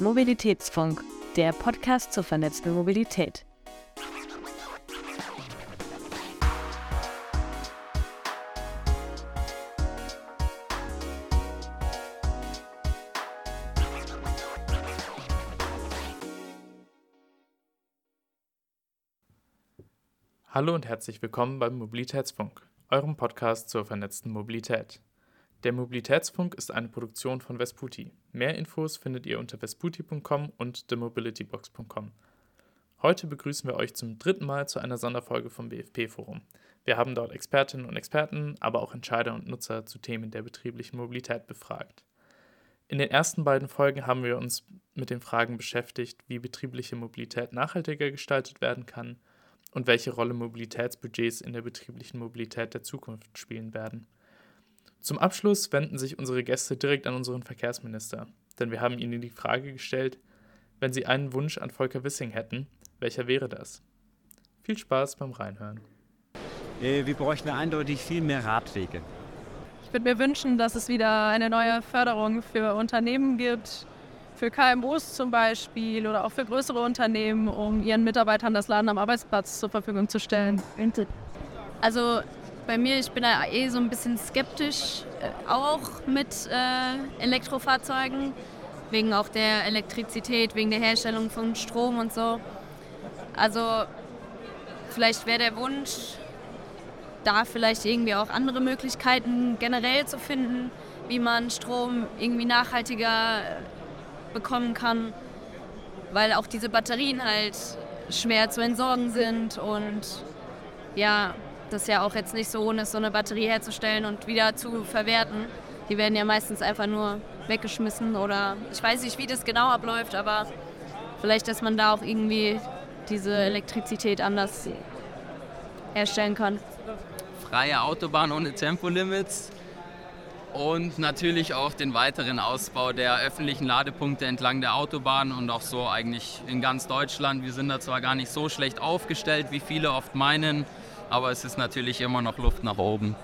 Mobilitätsfunk, der Podcast zur vernetzten Mobilität. Hallo und herzlich willkommen beim Mobilitätsfunk, eurem Podcast zur vernetzten Mobilität. Der Mobilitätsfunk ist eine Produktion von Vesputi. Mehr Infos findet ihr unter vesputi.com und themobilitybox.com. Heute begrüßen wir euch zum 3. Mal zu einer Sonderfolge vom BFP-Forum. Wir haben dort Expertinnen und Experten, aber auch Entscheider und Nutzer zu Themen der betrieblichen Mobilität befragt. In den ersten beiden Folgen haben wir uns mit den Fragen beschäftigt, wie betriebliche Mobilität nachhaltiger gestaltet werden kann und welche Rolle Mobilitätsbudgets in der betrieblichen Mobilität der Zukunft spielen werden. Zum Abschluss wenden sich unsere Gäste direkt an unseren Verkehrsminister, denn wir haben ihnen die Frage gestellt, wenn sie einen Wunsch an Volker Wissing hätten, welcher wäre das? Viel Spaß beim Reinhören. Wir bräuchten eindeutig viel mehr Radwege. Ich würde mir wünschen, dass es wieder eine neue Förderung für Unternehmen gibt, für KMUs zum Beispiel oder auch für größere Unternehmen, um ihren Mitarbeitern das Laden am Arbeitsplatz zur Verfügung zu stellen. Also bei mir, ich bin da so ein bisschen skeptisch, auch mit Elektrofahrzeugen, wegen auch der Elektrizität, wegen der Herstellung von Strom und so. Also vielleicht wäre der Wunsch, da vielleicht irgendwie auch andere Möglichkeiten generell zu finden, wie man Strom irgendwie nachhaltiger bekommen kann, weil auch diese Batterien halt schwer zu entsorgen sind und ja, das ja auch jetzt nicht so ohne so eine Batterie herzustellen und wieder zu verwerten. Die werden ja meistens einfach nur weggeschmissen oder ich weiß nicht, wie das genau abläuft, aber vielleicht, dass man da auch irgendwie diese Elektrizität anders herstellen kann. Freie Autobahn ohne Tempolimits und natürlich auch den weiteren Ausbau der öffentlichen Ladepunkte entlang der Autobahn und auch so eigentlich in ganz Deutschland. Wir sind da zwar gar nicht so schlecht aufgestellt, wie viele oft meinen, aber es ist natürlich immer noch Luft nach oben.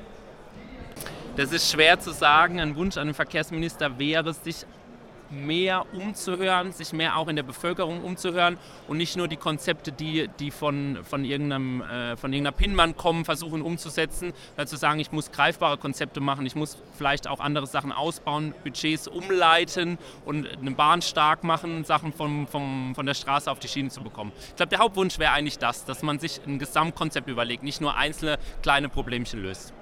Das ist schwer zu sagen. Ein Wunsch an den Verkehrsminister wäre, sich mehr umzuhören, sich mehr auch in der Bevölkerung umzuhören und nicht nur die Konzepte, die von irgendeiner Pinnwand kommen, versuchen umzusetzen, zu sagen, ich muss greifbare Konzepte machen, ich muss vielleicht auch andere Sachen ausbauen, Budgets umleiten und eine Bahn stark machen, Sachen von der Straße auf die Schiene zu bekommen. Ich glaube, der Hauptwunsch wäre eigentlich das, dass man sich ein Gesamtkonzept überlegt, nicht nur einzelne kleine Problemchen löst.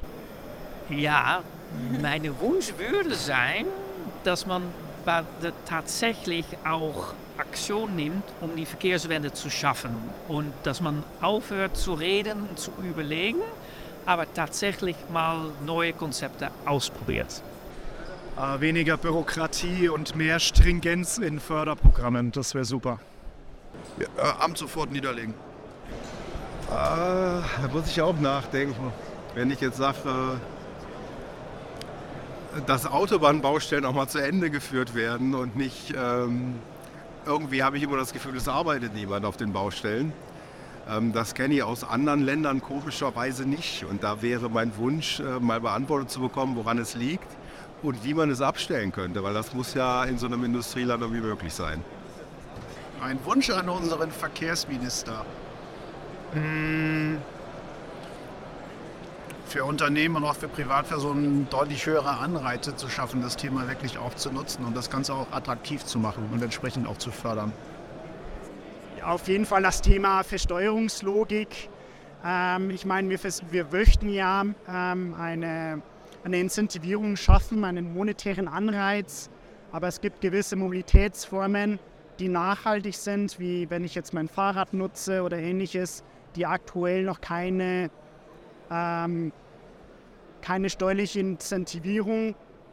Ja, mein Wunsch würde sein, dass man tatsächlich auch Aktion nimmt, um die Verkehrswende zu schaffen. Und dass man aufhört zu reden und zu überlegen, aber tatsächlich mal neue Konzepte ausprobiert. Weniger Bürokratie und mehr Stringenz in Förderprogrammen, das wäre super. Ja, Amt sofort niederlegen. Da muss ich auch nachdenken. Wenn ich jetzt sage, dass Autobahnbaustellen auch mal zu Ende geführt werden und nicht, irgendwie habe ich immer das Gefühl, es arbeitet niemand auf den Baustellen. Das kenne ich aus anderen Ländern komischerweise nicht. Und da wäre mein Wunsch, mal beantwortet zu bekommen, woran es liegt und wie man es abstellen könnte, weil das muss ja in so einem Industrieland irgendwie möglich sein. Ein Wunsch an unseren Verkehrsminister. Für Unternehmen und auch für Privatpersonen deutlich höhere Anreize zu schaffen, das Thema wirklich auch zu nutzen und das Ganze auch attraktiv zu machen und entsprechend auch zu fördern. Auf jeden Fall das Thema Versteuerungslogik. Ich meine, wir möchten ja eine Incentivierung schaffen, einen monetären Anreiz, aber es gibt gewisse Mobilitätsformen, die nachhaltig sind, wie wenn ich jetzt mein Fahrrad nutze oder ähnliches, die aktuell noch keine steuerliche Incentivierung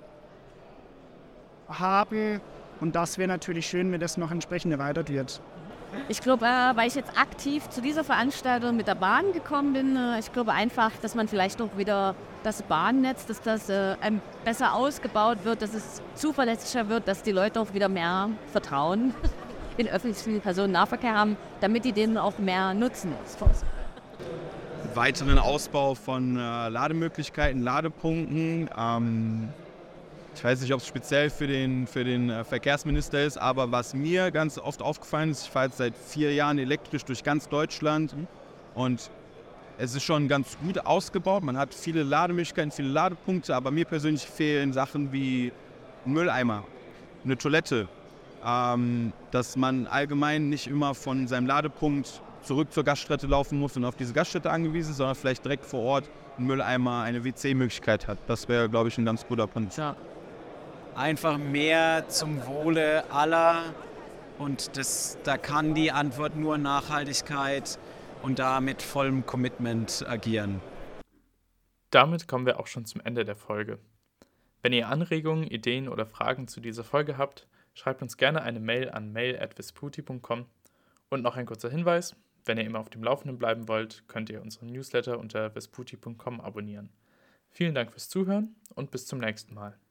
haben. Und das wäre natürlich schön, wenn das noch entsprechend erweitert wird. Ich glaube, weil ich jetzt aktiv zu dieser Veranstaltung mit der Bahn gekommen bin, ich glaube einfach, dass man vielleicht noch wieder das Bahnnetz, dass das besser ausgebaut wird, dass es zuverlässiger wird, dass die Leute auch wieder mehr Vertrauen in öffentlichen Personennahverkehr haben, damit die den auch mehr nutzen. Weiteren Ausbau von Lademöglichkeiten, Ladepunkten, Ich weiß nicht, ob es speziell für den Verkehrsminister ist, aber was mir ganz oft aufgefallen ist, ich fahre jetzt seit 4 Jahren elektrisch durch ganz Deutschland und es ist schon ganz gut ausgebaut. Man hat viele Lademöglichkeiten, viele Ladepunkte, aber mir persönlich fehlen Sachen wie ein Mülleimer, eine Toilette, dass man allgemein nicht immer von seinem Ladepunkt zurück zur Gaststätte laufen muss und auf diese Gaststätte angewiesen ist, sondern vielleicht direkt vor Ort einen Mülleimer, eine WC-Möglichkeit hat. Das wäre, glaube ich, ein ganz guter Punkt. Ja. Einfach mehr zum Wohle aller und da kann die Antwort nur Nachhaltigkeit und da mit vollem Commitment agieren. Damit kommen wir auch schon zum Ende der Folge. Wenn ihr Anregungen, Ideen oder Fragen zu dieser Folge habt, schreibt uns gerne eine Mail an mail@vesputi.com. Und noch ein kurzer Hinweis, wenn ihr immer auf dem Laufenden bleiben wollt, könnt ihr unseren Newsletter unter vesputi.com abonnieren. Vielen Dank fürs Zuhören und bis zum nächsten Mal.